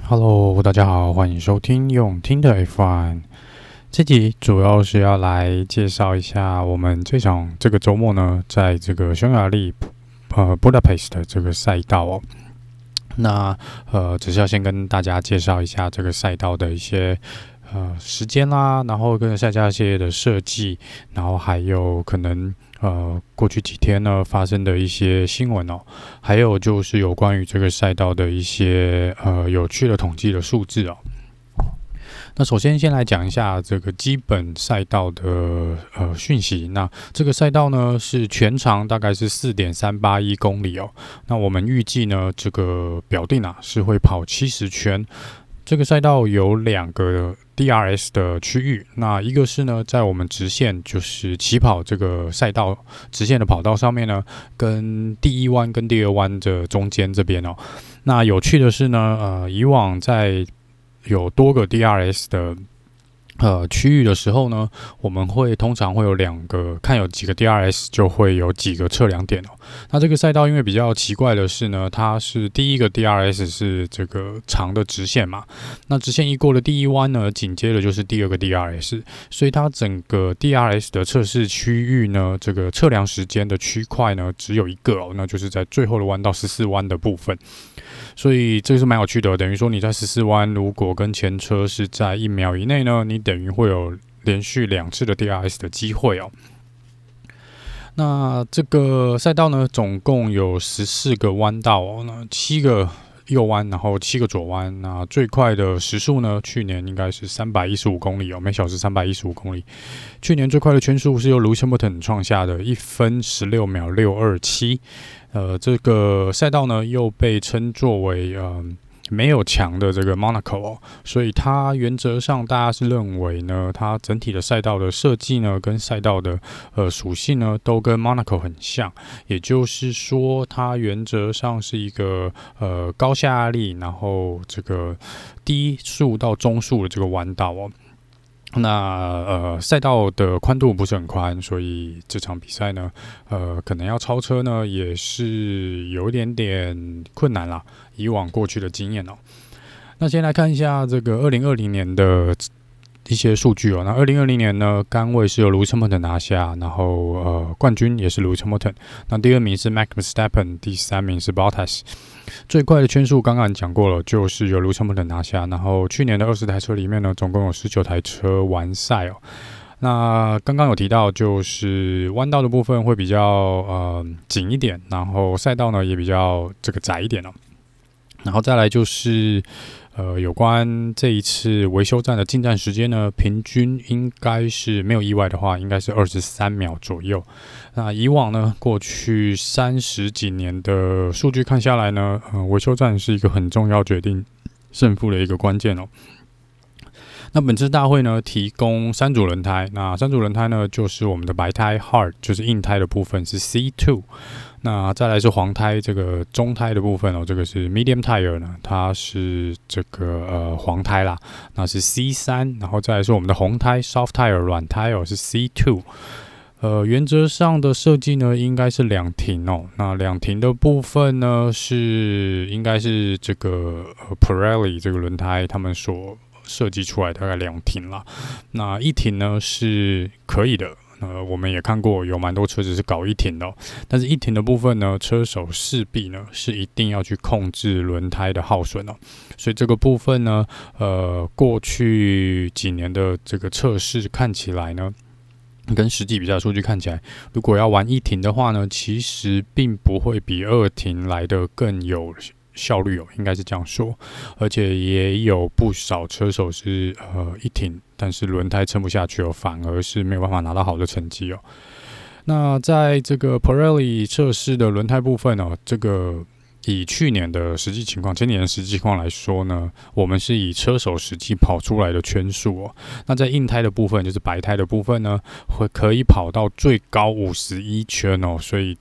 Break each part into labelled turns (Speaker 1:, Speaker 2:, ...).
Speaker 1: Hello，大家好，欢迎收听用听的 F1。这集主要是要来介绍一下我们这个周末呢，在这个匈牙利Budapest 的这个赛道哦。那只是要先跟大家介绍一下这个赛道的一些时间啦，然后跟赛车系列的设计，然后还有可能过去几天呢发生的一些新闻哦，还有就是有关于这个赛道的一些有趣的统计的数字哦。那首先来讲一下这个基本赛道的讯息。那这个赛道呢是全长大概是4.381公里哦。那我们预计呢这个表定是会跑70圈。这个赛道有2个DRS 的区域，那一个是呢，在我们直线就是起跑这个赛道直线的跑道上面呢，跟第一弯跟第二弯的中间这边哦。那有趣的是呢，以往在有多个 DRS 的区域的时候呢，我们通常会有2个，看有几个 DRS 就会有几个测量点哦。那这个赛道因为比较奇怪的是呢，它是第一个 DRS 是这个长的直线嘛，那直线一过了第一弯呢，紧接着就是第2个 DRS， 所以它整个 DRS 的测试区域呢，这个测量时间的区块呢只有一个哦，那就是在最后的弯道14弯的部分。所以这是蛮有趣的，等于说你在14弯如果跟前车是在1秒以内呢，你等于会有连续2次的 DRS 的机会哦。那这个赛道呢，总共有14个弯道哦，那7个右弯，然后7个左弯。那最快的时速呢，去年应该是315公里哦，每小时315公里。去年最快的圈速是由 Lewis Hamilton 创下的1分16秒627。这个赛道呢又被称作为没有墙的这个 Monaco 哦，所以它原则上大家是认为呢，它整体的赛道的设计呢，跟赛道的属性呢，都跟 Monaco 很像，也就是说，它原则上是一个高下压力，然后这个低速到中速的这个弯道哦。那赛道的宽度不是很宽，所以这场比赛呢，可能要超车呢，也是有一点点困难啦。以往过去的经验哦，那先来看一下这个2020年的一些数据哦。那2020年呢，杆位是由 Lewis Hamilton 拿下，然后冠军也是 Lewis Hamilton。那第2名是 Max Verstappen， 第3名是 Bottas。最快的圈数刚刚讲过了，就是由 Lewis Hamilton 拿下。然后去年的20台车里面呢，总共有19台车完赛哦。那刚刚有提到，就是弯道的部分会比较紧一点，然后赛道呢也比较这个窄一点哦。然后再来就是有关这一次维修站的进站时间呢，平均应该是没有意外的话，应该是23秒左右。那以往呢，过去30几年的数据看下来呢，维修站是一个很重要决定胜负的一个关键哦。那本次大会呢提供3组轮胎，那3组轮胎呢就是我们的白胎 Hard， 就是硬胎的部分是 C2， 那再来是黄胎这个中胎的部分哦，这个是 Medium Tire 呢，它是这个黄胎啦，那是 C3， 然后再来是我们的红胎 Soft Tire 软胎哦是 C2。原则上的设计呢，应该是2停哦。那2停的部分呢，应该是这个Pirelli 这个轮胎他们所设计出来大概2停啦。那1停呢是可以的。我们也看过有蛮多车子是搞1停的哦，但是1停的部分呢，车手势必呢是一定要去控制轮胎的耗损哦。所以这个部分呢，过去几年的这个测试看起来呢，跟实际比赛数据看起来，如果要玩1停的话呢，其实并不会比2停来的更有效率哦，应该是这样说。而且也有不少车手是1停，但是轮胎撑不下去哦，反而是没有办法拿到好的成绩哦。那在这个 Pirelli 测试的轮胎部分哦，这个以去年的实际情况、前年的实际情况来说呢，我们是以车手实际跑出来的圈数哦。那在硬胎的部分，就是白胎的部分呢，可以跑到最高51圈哦。所以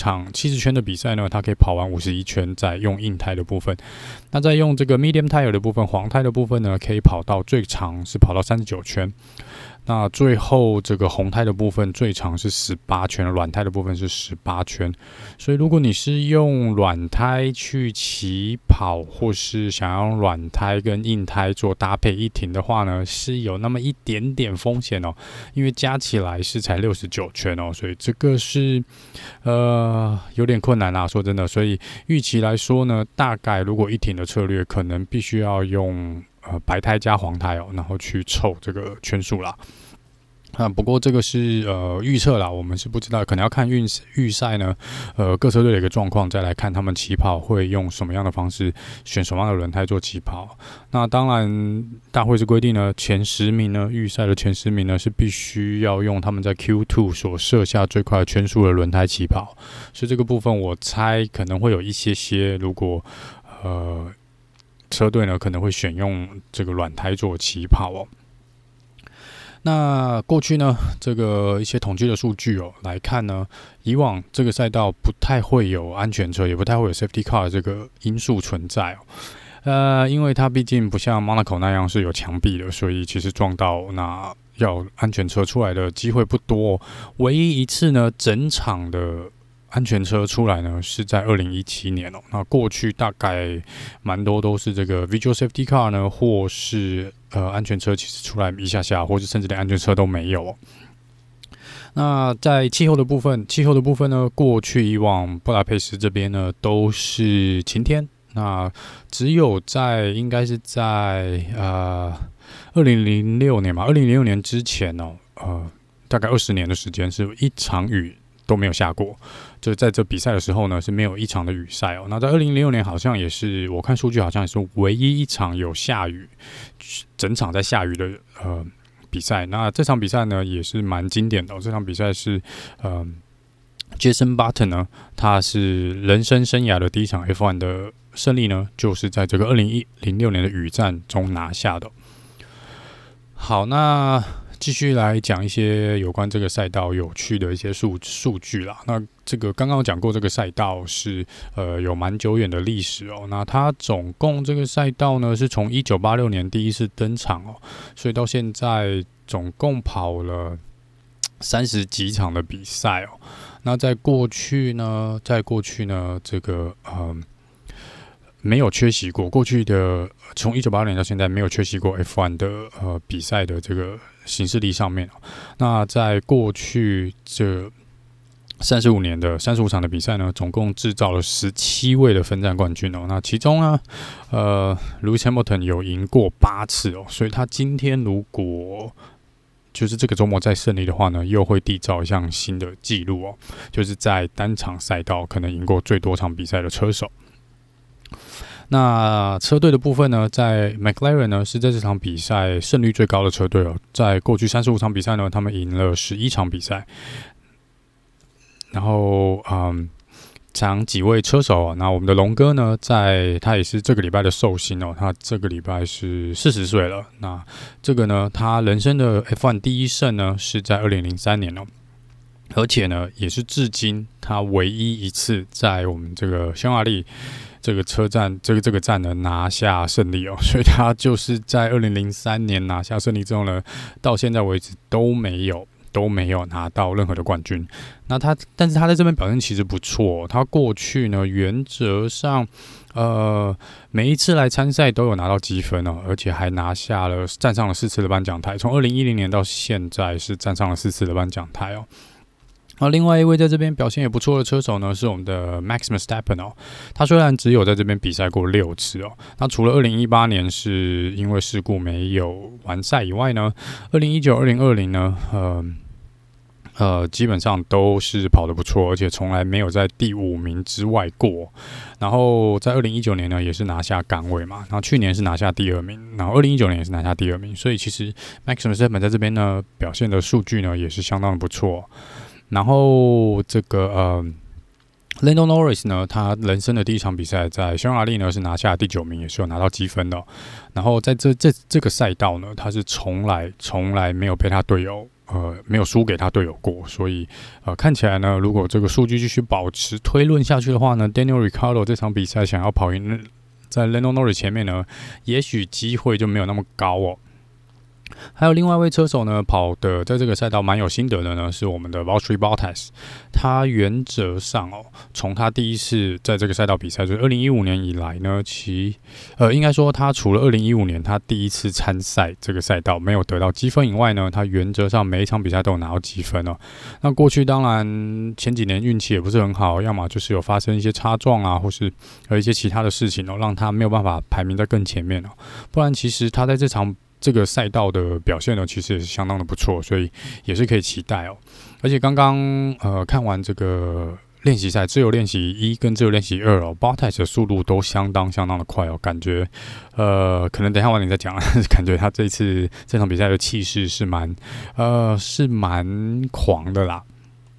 Speaker 1: 70圈的比赛呢，它可以跑完51圈，再用硬胎的部分。那再用这个 medium tire 的部分，黄胎的部分呢，可以跑到最长是跑到39圈。 那最后这个红胎的部分最长是18圈，软胎的部分是18圈。所以如果你是用软胎去起跑，或是想要用软胎跟硬胎做搭配一停的话呢，是有那么一点点风险哦，因为加起来是才69圈哦，所以这个是有点困难啦，说真的。所以预期来说呢，大概如果一停的策略，可能必须要用白胎加黄胎哦，然后去凑这个圈数啦。不过这个是预测啦，我们是不知道，可能要看预赛呢，各车队的一个状况，再来看他们起跑会用什么样的方式，选什么样的轮胎做起跑。那当然，大会是规定呢，前10名呢，预赛的前10名呢是必须要用他们在 Q2 所设下最快圈数的轮胎起跑，所以这个部分我猜可能会有一些，如果车队呢可能会选用这个软胎做起跑哦。那过去呢，这个一些统计的数据来看呢，以往这个赛道不太会有安全车，也不太会有 safety car 这个因素存在因为它毕竟不像 Monaco 那样是有墙壁的，所以其实撞到那要安全车出来的机会不多唯一一次呢，整场的安全车出来呢是在2017年那过去大概蛮多都是这个 visual safety car 呢，或是安全车其实出来一下，或者甚至连安全车都没有那在气候的部分呢，过去以往布达佩斯这边呢都是晴天，那只有应该是在2006年吧，2006年之前大概20年的时间是一场雨都没有下过，就在这比赛的时候呢是没有一场的雨赛那在2006年好像也是，我看数据好像也是唯一一场有下雨，整场在下雨的比赛。那这场比赛呢也是蛮经典的这场比赛是Jason Button 呢，他是人生生涯的第一场 F1 的胜利呢，就是在这个2006年的雨战中拿下的。好，那继续来讲一些有关这个赛道有趣的一些数据啦。那这个刚刚讲过，这个赛道是有蛮久远的历史那它总共这个赛道呢是从1986年第一次登场所以到现在总共跑了30几场的比赛那在过去呢，这个没有缺席过，过去的从1986年到现在没有缺席过 F1 的比赛的这个行事历上面那在过去这35年的35场的比赛呢，总共制造了17位的分站冠军那其中呢Lewis Hamilton 有赢过8次所以他今天如果就是这个周末再胜利的话呢，又会缔造一项新的纪录就是在单场赛道可能赢过最多场比赛的车手。那车队的部分呢，在 McLaren 呢是在这场比赛胜率最高的车队在过去35场比赛呢，他们赢了11场比赛。然后讲几位车手那我们的龙哥呢，他也是这个礼拜的寿星他这个礼拜是40岁了。那这个呢，他人生的 F1 第一胜呢是在2003年而且呢，也是至今他唯一一次在我们这个匈牙利这个车站这个站呢拿下胜利所以他就是在2003年拿下胜利之后呢，到现在为止都没有拿到任何的冠军。但是他在这边表现其实不错他过去呢原则上每一次来参赛都有拿到积分而且还站上了4次的颁奖台，从2010年到现在是站上了4次的颁奖台另外一位在这边表现也不错的车手呢，是我们的 Max Verstappen他虽然只有在这边比赛过6次那除了2018年是因为事故没有完赛以外呢，2019、2020呢，基本上都是跑得不错，而且从来没有在第5名之外过。然后在2019年呢，也是拿下杆位嘛。然后去年是拿下第2名，然后2019年也是拿下第2名。所以其实 Max Verstappen 在这边呢表现的数据呢也是相当的不错。然后这个Lando Norris 呢，他人生的第一场比赛在匈牙利呢是拿下第9名，也是有拿到积分的然后在这个赛道呢，他是从来没有被他队友没有输给他队友过，所以看起来呢，如果这个数据继续保持推论下去的话呢 ，Daniel Ricciardo 这场比赛想要跑赢在 Lando Norris 前面呢，也许机会就没有那么高还有另外一位车手呢，跑的在这个赛道蛮有心得的呢，是我们的 Valtteri Bottas。他原则上从他第一次在这个赛道比赛，就是2015年以来呢，应该说他除了2015年他第一次参赛这个赛道没有得到积分以外呢，他原则上每一场比赛都有拿到积分哦。那过去当然前几年运气也不是很好，要么就是有发生一些擦撞啊，或是一些其他的事情让他没有办法排名在更前面不然其实他在这个赛道的表现呢，其实也是相当的不错，所以也是可以期待而且刚刚看完这个练习赛，自由练习1跟自由练习2Bottas 的速度都相当的快感觉可能等一下晚点再讲感觉他这场比赛的气势是蛮狂的啦。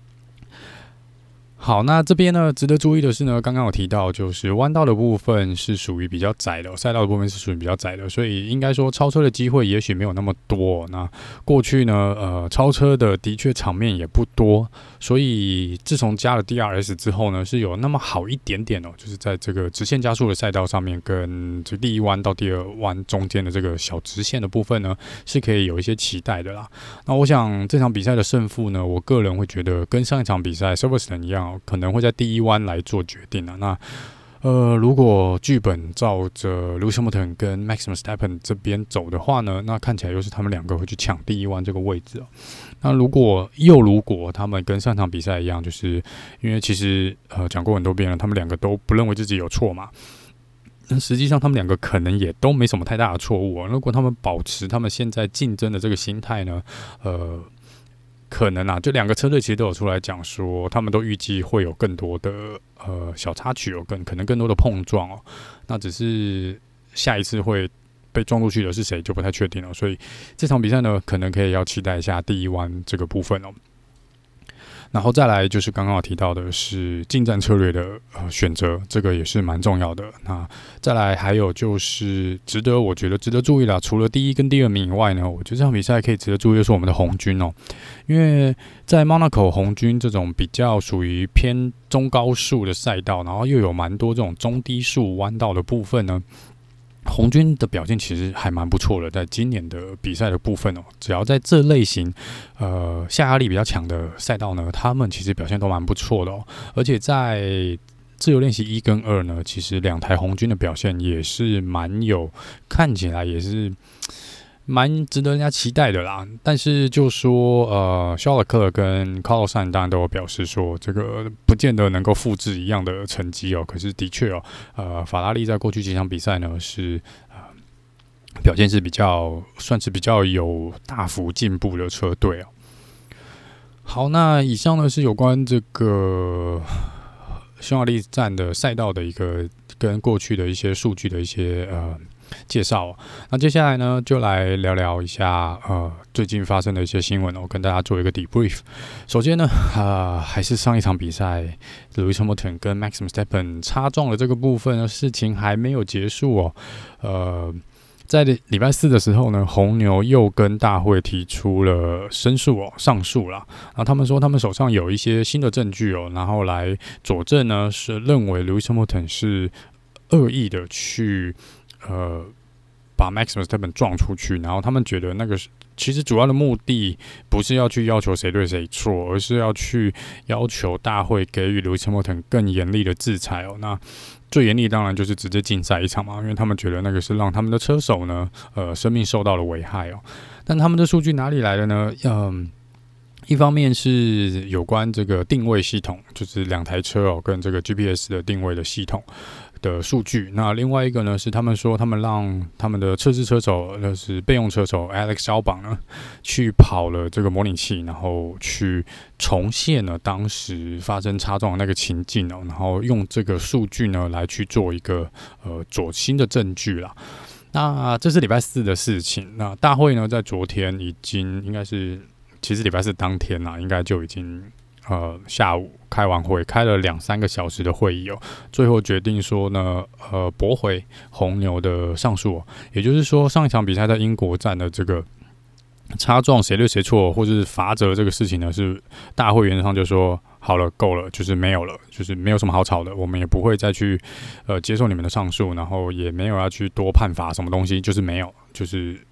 Speaker 1: 好，那这边呢，值得注意的是呢，刚刚有提到，就是弯道的部分是属于比较窄的，赛道的部分是属于比较窄的，所以应该说超车的机会也许没有那么多。那过去呢，超车的确场面也不多，所以自从加了 DRS 之后呢，是有那么好一点点就是在这个直线加速的赛道上面，跟这第一弯到第二弯中间的这个小直线的部分呢，是可以有一些期待的啦。那我想这场比赛的胜负呢，我个人会觉得跟上一场比赛 Silverstone 一样可能会在第一弯来做决定那如果剧本照着 Lewis Hamilton 跟 Max Verstappen 这边走的话呢，那看起来又是他们两个会去抢第一弯这个位置那如果他们跟上场比赛一样，就是因为其实讲过很多遍了，他们两个都不认为自己有错嘛。实际上他们两个可能也都没什么太大的错误如果他们保持他们现在竞争的这个心态呢，可能就两个车队其实都有出来讲说，他们都预计会有更多的小插曲可能更多的碰撞那只是下一次会被撞出去的是谁就不太确定了，所以这场比赛呢，可能可以要期待一下第一弯这个部分然后再来就是刚刚有提到的是近战策略的选择，这个也是蛮重要的。那再来还有就是我觉得值得注意啦，除了第一跟第二名以外呢，我觉得这场比赛可以值得注意的是我们的红军因为在 Monaco 红军这种比较属于偏中高速的赛道，然后又有蛮多这种中低速弯道的部分呢。红军的表现其实还蛮不错的，在今年的比赛的部分只要在这类型下压力比较强的赛道呢，他们其实表现都蛮不错的而且在自由练习1跟2呢，其实两台红军的表现也是看起来也是蛮值得人家期待的啦。但是就说肖勒克勒跟卡洛萨当然都有表示说，这个不见得能够复制一样的成绩可是的确法拉利在过去几场比赛呢是表现是算是比较有大幅进步的车队好，那以上呢是有关这个匈牙利站的赛道的一个跟过去的一些数据的一些介绍那接下来呢，就来聊聊一下最近发生的一些新闻跟大家做一个 debrief。首先呢，还是上一场比赛 Lewis Hamilton 跟 Max Verstappen 擦撞的这个部分呢，事情还没有结束在礼拜4的时候呢，红牛又跟大会提出了上诉啦。然后他们说他们手上有一些新的证据然后来佐证呢，是认为 Lewis Hamilton 是恶意的去把 Max Verstappen 撞出去，然后他们觉得那个其实主要的目的不是要去要求谁对谁错，而是要去要求大会给予 Lewis Hamilton 更严厉的制裁那最严厉当然就是直接禁赛一场嘛，因为他们觉得那个是让他们的车手呢生命受到了危害但他们的数据哪里来的呢？一方面是有关这个定位系统，就是两台车跟这个 GPS 的定位的系统的数据。那另外一个呢是他们说他们让他们的测试车手，就是备用车手 Alex Albon 呢去跑了这个模拟器，然后去重现了当时发生擦撞的那个情境然后用这个数据呢来去做一个左新的证据啦。那这是礼拜4的事情。那大会呢在昨天已经应该是。其实礼拜4当天应该就已经下午开完会，开了2-3个小时的会议最后决定说呢驳回红牛的上诉也就是说上一场比赛在英国站的这个擦撞谁对谁错或是罚则这个事情呢，是大会原则上就说好了够了，就是没有了，就是没有什么好吵的，我们也不会再去接受你们的上诉，然后也没有要去多判罚什么东西，就是没有，就是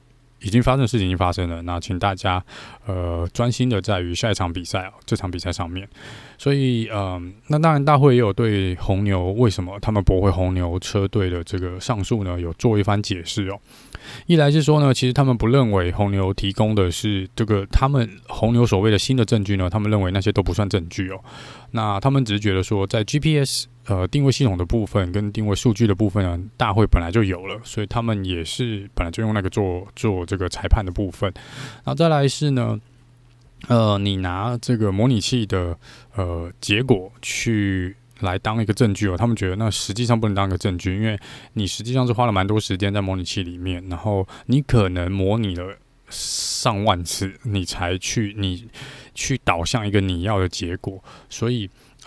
Speaker 1: 已经发生的事情已经发生了，那请大家专心的在于下一场比赛这场比赛上面。所以那当然大会也有对红牛为什么他们驳回红牛车队的这个上诉呢，有做一番解释哦。一来是说呢，其实他们不认为红牛提供的是这个他们红牛所谓的新的证据呢，他们认为那些都不算证据哦。那他们只是觉得说，在 GPS 定位系统的部分跟定位数据的部分呢，大会本来就有了，所以他们也是本来就用那个做这个裁判的部分。然后再来是呢，你拿这个模拟器的结果去来当一个证据哦，他们觉得那实际上不能当一个证据，因为你实际上是花了蛮多时间在模拟器里面，然后你可能模拟了上万次，你才去导向一个你要的结果，所以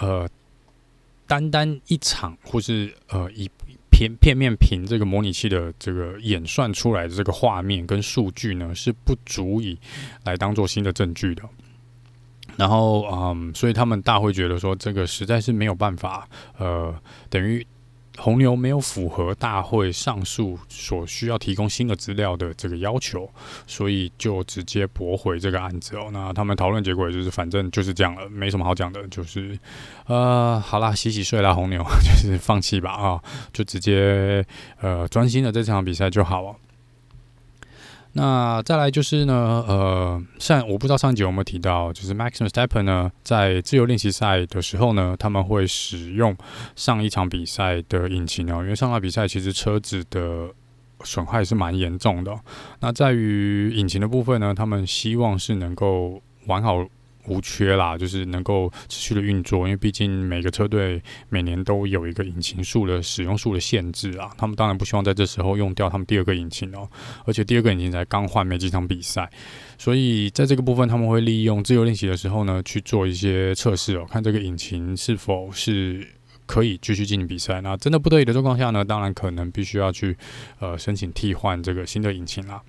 Speaker 1: 单一场或是片面凭这个模拟器的这个演算出来的这个画面跟数据呢，是不足以来当做新的证据的。然后所以他们大会觉得说，这个实在是没有办法，等于红牛没有符合大会上诉所需要提供新的资料的这个要求，所以就直接驳回这个案子哦。那他们讨论结果也就是反正就是这样了，没什么好讲的，就是好啦，洗睡啦，红牛就是放弃吧就直接专心的这场比赛就好哦。那再来就是呢，我不知道上一集有没有提到，就是 Max Verstappen 呢，在自由练习赛的时候呢，他们会使用上一场比赛的引擎哦，因为上场比赛其实车子的损害是蛮严重的那在于引擎的部分呢，他们希望是能够完好无缺啦，就是能够持续的运作，因为毕竟每个车队每年都有一个引擎数的使用数的限制啦。他们当然不希望在这时候用掉他们第二个引擎哦，而且第二个引擎才刚换没几场比赛，所以在这个部分他们会利用自由练习的时候呢，去做一些测试哦，看这个引擎是否是可以继续进行比赛。那真的不得已的状况下呢，当然可能必须要去申请替换这个新的引擎啦。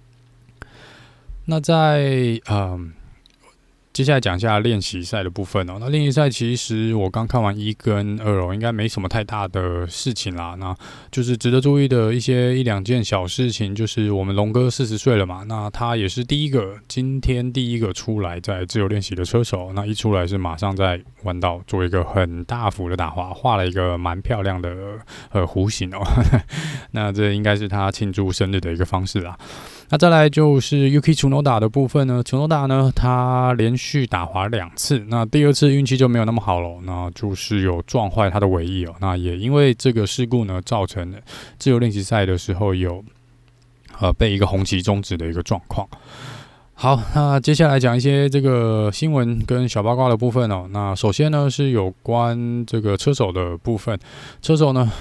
Speaker 1: 那在接下来讲一下练习赛的部分哦。那练习赛其实我刚看完1跟2哦，应该没什么太大的事情啦。那就是值得注意的一两件小事情，就是我们龙哥40岁了嘛，那他也是今天第一个出来在自由练习的车手。那一出来是马上在弯道做一个很大幅的打滑，画了一个蛮漂亮的弧形哦。那这应该是他庆祝生日的一个方式啦。那再来就是 Yuki Tsunoda 的部分呢 ，Tsunoda 呢，他连续打滑2次，那第2次运气就没有那么好了，那就是有撞坏他的尾翼哦。那也因为这个事故呢，造成了自由练习赛的时候有被一个红旗终止的一个状况。好，那接下来讲一些这个新闻跟小八卦的部分哦。那首先呢是有关这个车手的部分，车手呢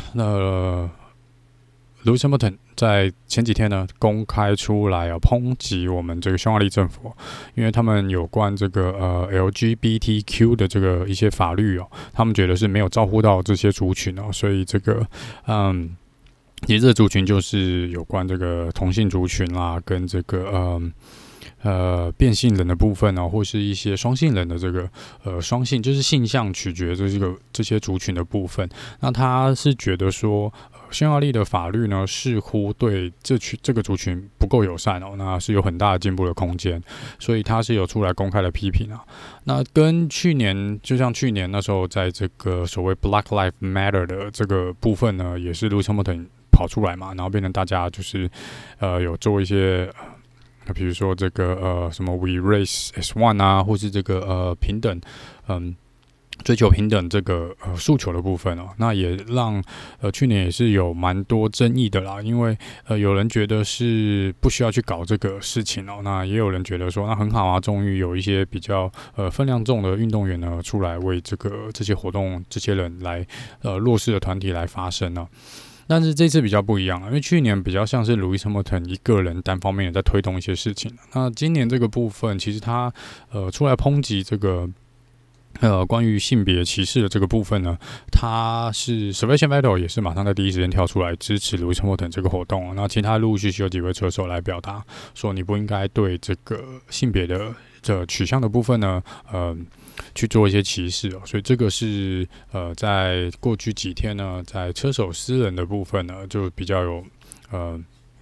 Speaker 1: Lewis Hamilton 在前几天呢公开出来抨击我们这个匈牙利政府，因为他们有关这个LGBTQ 的这个一些法律哦，他们觉得是没有照顾到这些族群哦，所以这个其实这个族群就是有关这个同性族群啦，跟这个变性人的部分哦，或是一些双性人的这个双性就是性向取决这些族群的部分。那他是觉得说，匈牙利的法律呢似乎对这个族群不够友善哦，那是有很大的进步的空间，所以他是有出来公开的批评啊。那跟就像去年那时候在这个所谓 Black Lives Matter 的这个部分呢，也是 Lewis Hamilton 跑出来嘛，然后变成大家就是有做一些。比如说这个什么 We Race as One 啊，或是这个平等，追求平等这个诉求的部分哦，那也让去年也是有蛮多争议的啦，因为有人觉得是不需要去搞这个事情哦，那也有人觉得说那很好啊，终于有一些比较分量重的运动员呢出来为这些活动这些人来弱势的团体来发声呢。但是这次比较不一样，因为去年比较像是 Lewis Hamilton 一个人单方面的在推动一些事情。那今年这个部分，其实他出来抨击这个关于性别歧视的这个部分呢，他是 Sebastian Vettel 也是马上在第一时间跳出来支持 Lewis Hamilton 这个活动。那其他陆陆续续有几位车手来表达说，你不应该对这个性别的取向的部分呢，去做一些歧视哦，所以这个是在过去几天呢，在车手私人的部分呢，就比较有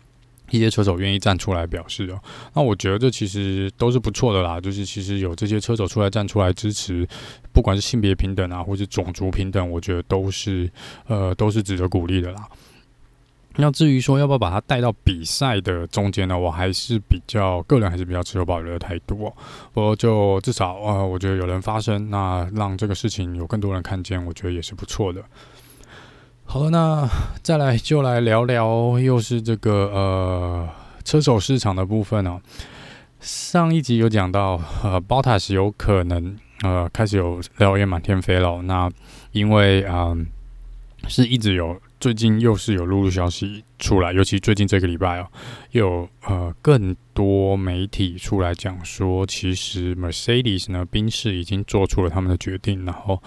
Speaker 1: 一些车手愿意站出来表示哦，那我觉得这其实都是不错的啦。就是其实有这些车手出来站出来支持，不管是性别平等啊，或是种族平等，我觉得都是值得鼓励的啦。那至于说要不要把它带到比赛的中间呢？我还是个人还是比较持有保留的态度哦。不过就至少我觉得有人发声，那让这个事情有更多人看见，我觉得也是不错的。好了，那再来就来聊聊，又是这个车手市场的部分哦。上一集有讲到Bottas 有可能开始有燎原满天飞了。那因为是一直有，最近又是有陆续消息出来，尤其最近这个礼拜哦，又有更多媒体出来讲说，其实 Mercedes 呢，宾士已经做出了他们的决定，然后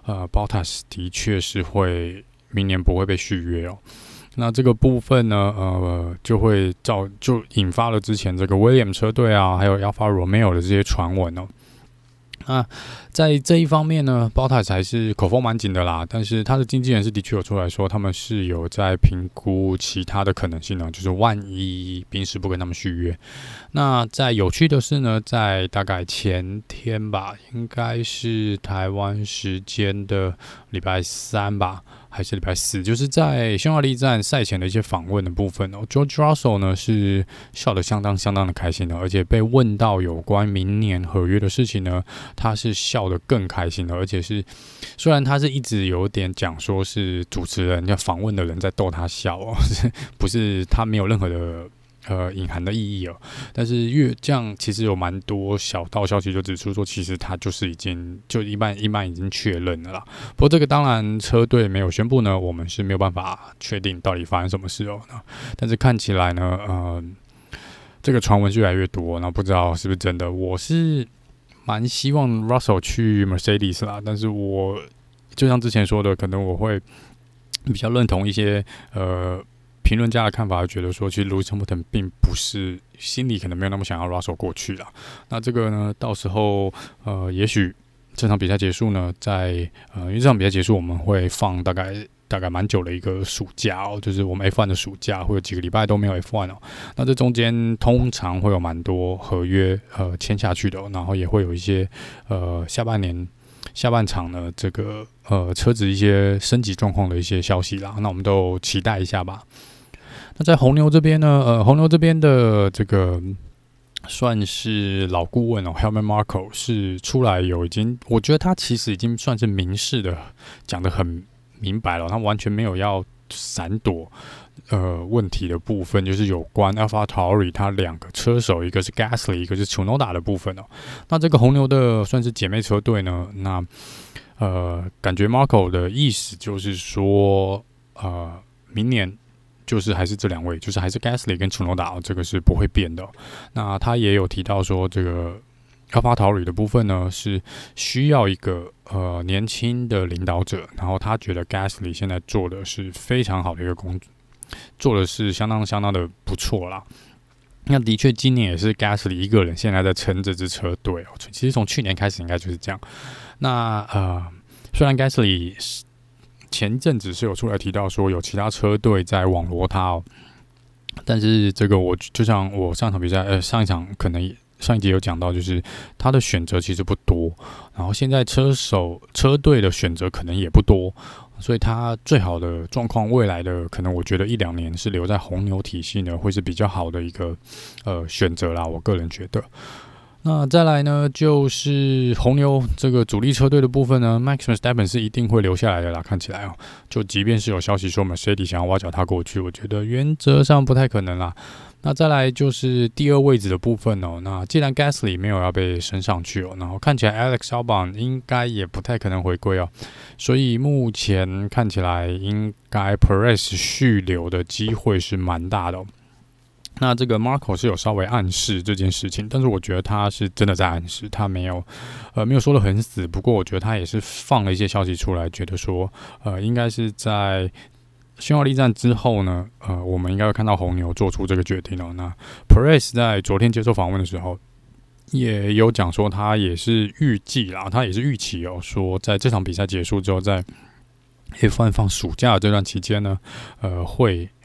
Speaker 1: Bottas 的确是会明年不会被续约哦。那这个部分呢，就引发了之前这个 Williams 车队啊，还有 Alfa Romeo 的这些传闻哦。那在这一方面呢，Bottas 还是口风蛮紧的啦，但是他的经纪人是的确有出来说，他们是有在评估其他的可能性呢，就是万一宾士不跟他们续约。那在有趣的是呢，在大概前天吧，应该是台湾时间的礼拜3吧，还是礼拜4，就是在匈牙利站赛前的一些访问的部分哦 ，George Russell 呢是笑得相当的开心的，而且被问到有关明年合约的事情呢，他是笑得更开心的，而且是虽然他是一直有点讲说是主持人要访问的人在逗他笑哦，不是他没有任何的隐含的意义哦，但是这样其实有蛮多小道消息就指出说，其实他就是一般已经确认了啦。不过这个当然车队没有宣布呢，我们是没有办法确定到底发生什么事哦。但是看起来呢，这个传闻越来越多，那不知道是不是真的。我是蛮希望 Russell 去 Mercedes 啦，但是我就像之前说的，可能我会比较认同一些评论家的看法，觉得说，其实 Lewis Hamilton 并不是心里可能没有那么想要 Russell 过去啦。那这个呢，到时候也许这场比赛结束呢，因为这场比赛结束我们会放大概蛮久的一个暑假哦，就是我们 F1 的暑假，会有几个礼拜都没有 F1 哦。那这中间通常会有蛮多合约签下去的哦，然后也会有一些下半场呢，这个车子一些升级状况的一些消息啦，那我们都期待一下吧。那在红牛这边呢，红牛这边的这个算是老顾问哦 ，Helmut Marko 是出来我觉得他其实已经算是明示的讲得很明白了，他完全没有要闪躲问题的部分，就是有关 AlphaTauri 他两个车手，一个是 Gasly， 一个是 Tsunoda 的部分哦。那这个红牛的算是姐妹车队呢，那感觉 Marko 的意思就是说，明年就是还是这两位，就是还是 Gasly 跟 Tsunoda， 这个是不会变的哦。那他也有提到说，这个AlphaTauri 的部分呢，是需要一个年轻的领导者，然后他觉得 Gasly 现在做的是非常好的一个工作，做的是相当的不错啦。那的确，今年也是 Gasly 一个人现在在撑这支车队哦。其实从去年开始应该就是这样。那虽然 Gasly 前阵子是有出来提到说有其他车队在网罗他哦，但是这个就像我上一场可能上一集有讲到，就是他的选择其实不多，然后现在车队的选择可能也不多，所以他最好的状况，未来的可能我觉得1-2年是留在红牛体系呢，会是比较好的一个选择啦，我个人觉得。那再来呢，就是红牛这个主力车队的部分呢 ，Max Verstappen 是一定会留下来的啦。看起来哦，就即便是有消息说 Mercedes 想要挖角他过去，我觉得原则上不太可能啦。那再来就是第2位置的部分哦。那既然 Gasly 没有要被升上去哦，然后看起来 Alex Albon 应该也不太可能回归哦，所以目前看起来应该 Perez 续留的机会是蛮大的哦。那这个 Marko 是有稍微暗示这件事情，但是我觉得他是真的在暗示，他没有说得很死。不过我觉得他也是放了一些消息出来，觉得说应该是在匈牙利站之后呢，我们应该会看到红牛做出这个决定哦。那 Perez 在昨天接受访问的时候，也有讲说他也是预计啦，他也是预期哦，说在这场比赛结束之后，在F1 放暑假的这段期间呢，会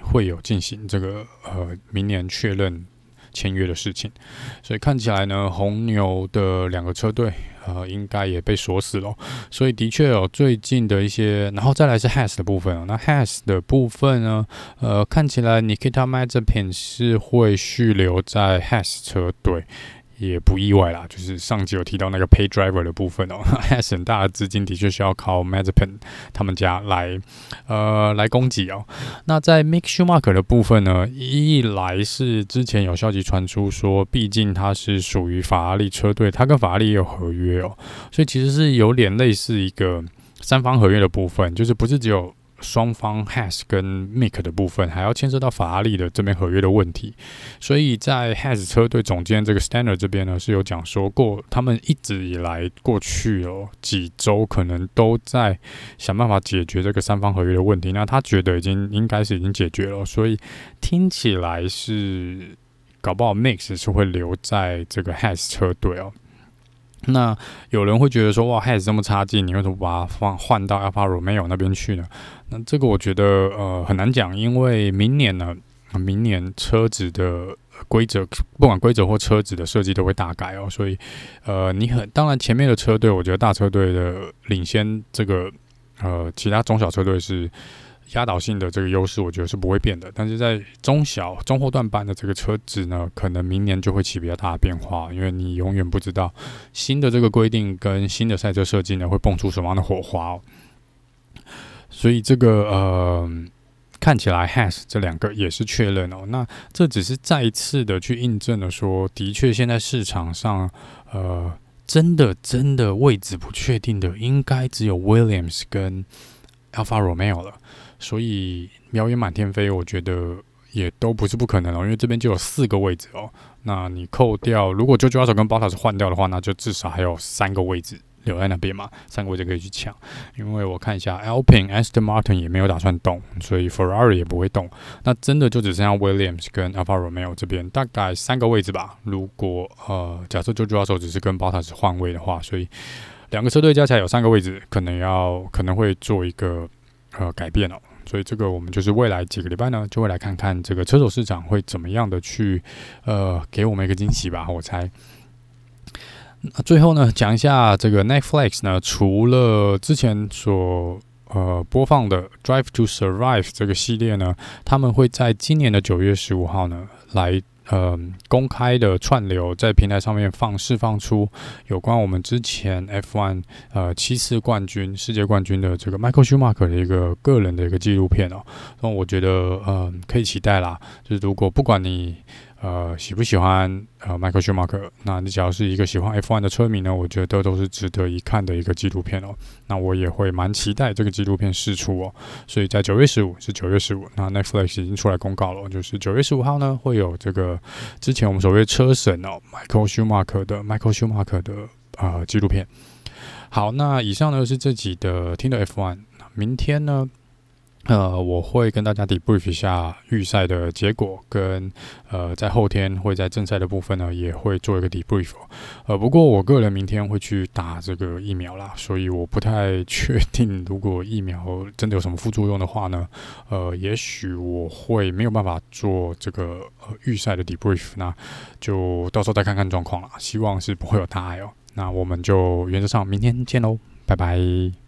Speaker 1: 会有进行这个明年确认签约的事情，所以看起来呢，红牛的2个车队应该也被锁死了，所以的确有最近的一些，然后再来是 Haas 的部分那 Haas 的部分呢，看起来 Nikita Mazepin 是会续留在 Haas 车队。也不意外啦，就是上集有提到那个 pay driver 的部分Haas 很大的资金的确需要靠 Mazepin 他们家来供给那在 Mick Schumacher 的部分呢，一来是之前有消息传出说，毕竟他是属于法拉利车队，他跟法拉利也有合约所以其实是有点类似一个3方合约的部分，就是不是只有双方 Haas 跟 Mick 的部分，还要牵涉到法拉利的这边合约的问题，所以在 Haas 车队总监这个 Steiner 这边呢，是有讲说过，他们一直以来过去几周可能都在想办法解决这个3方合约的问题，那他觉得应该是已经解决了，所以听起来是搞不好 Mick 是会留在这个 Haas 车队那有人会觉得说，哇 ，Haas 这么差劲，你为什么把它换到 Alfa Romeo 那边去呢？那这个我觉得很难讲，因为明年车子的规则，不管规则或车子的设计都会大改所以当然前面的车队，我觉得大车队的领先这个其他中小车队是压倒性的这个优势，我觉得是不会变的。但是在中后段班的这个车子呢，可能明年就会起比较大的变化，因为你永远不知道新的这个规定跟新的赛车设计呢会蹦出什么样的火花所以这个看起来 Haas 这2个也是确认那这只是再一次的去印证了说，的确现在市场上真的位置不确定的，应该只有 Williams 跟 Alfa Romeo 了。所以苗也满天飞，我觉得也都不是不可能因为这边就有4个位置那你扣掉，如果 Jojo 跟 Bottas 换掉的话，那就至少还有3个位置留在那边嘛，3个位置可以去抢。因为我看一下 Alpine、Aston Martin 也没有打算动，所以 Ferrari 也不会动。那真的就只剩下 Williams 跟 Alfa Romeo 这边大概3个位置吧。如果假设 Jojo 只是跟 Bottas 换位的话，所以2个车队加起来有3个位置，可能会做一个改变所以这个我们就是未来几个礼拜呢，就会来看看这个车手市场会怎么样的去给我们一个惊喜吧，我猜。最后呢，讲一下这个 Netflix 呢，除了之前所播放的 Drive to Survive 这个系列呢，他们会在今年的9月15号呢来公开的串流在平台上面释放出有关我们之前 F1 7次世界冠军的这个 Michael Schumacher 的一个个人的一个纪录片那我觉得可以期待啦，就是如果不管你喜不喜欢Michael Schumacher， 那你只要是一个喜欢 F1 的车迷呢，我觉得都是值得一看的一个纪录片那我也会蛮期待这个纪录片释出所以在9月15是9月15，那 Netflix 已经出来公告了，就是9月15号呢会有这个之前我们所谓车神Michael Schumacher 的纪录片。好，那以上呢是这集的听的 F1， 明天呢我会跟大家 debrief 一下预赛的结果，跟在后天会在正赛的部分呢也会做一个 debrief。不过我个人明天会去打这个疫苗啦，所以我不太确定，如果疫苗真的有什么副作用的话呢，也许我会没有办法做这个预赛的 debrief， 那就到时候再看看状况啦，希望是不会有大碍那我们就原则上明天见喽，拜拜。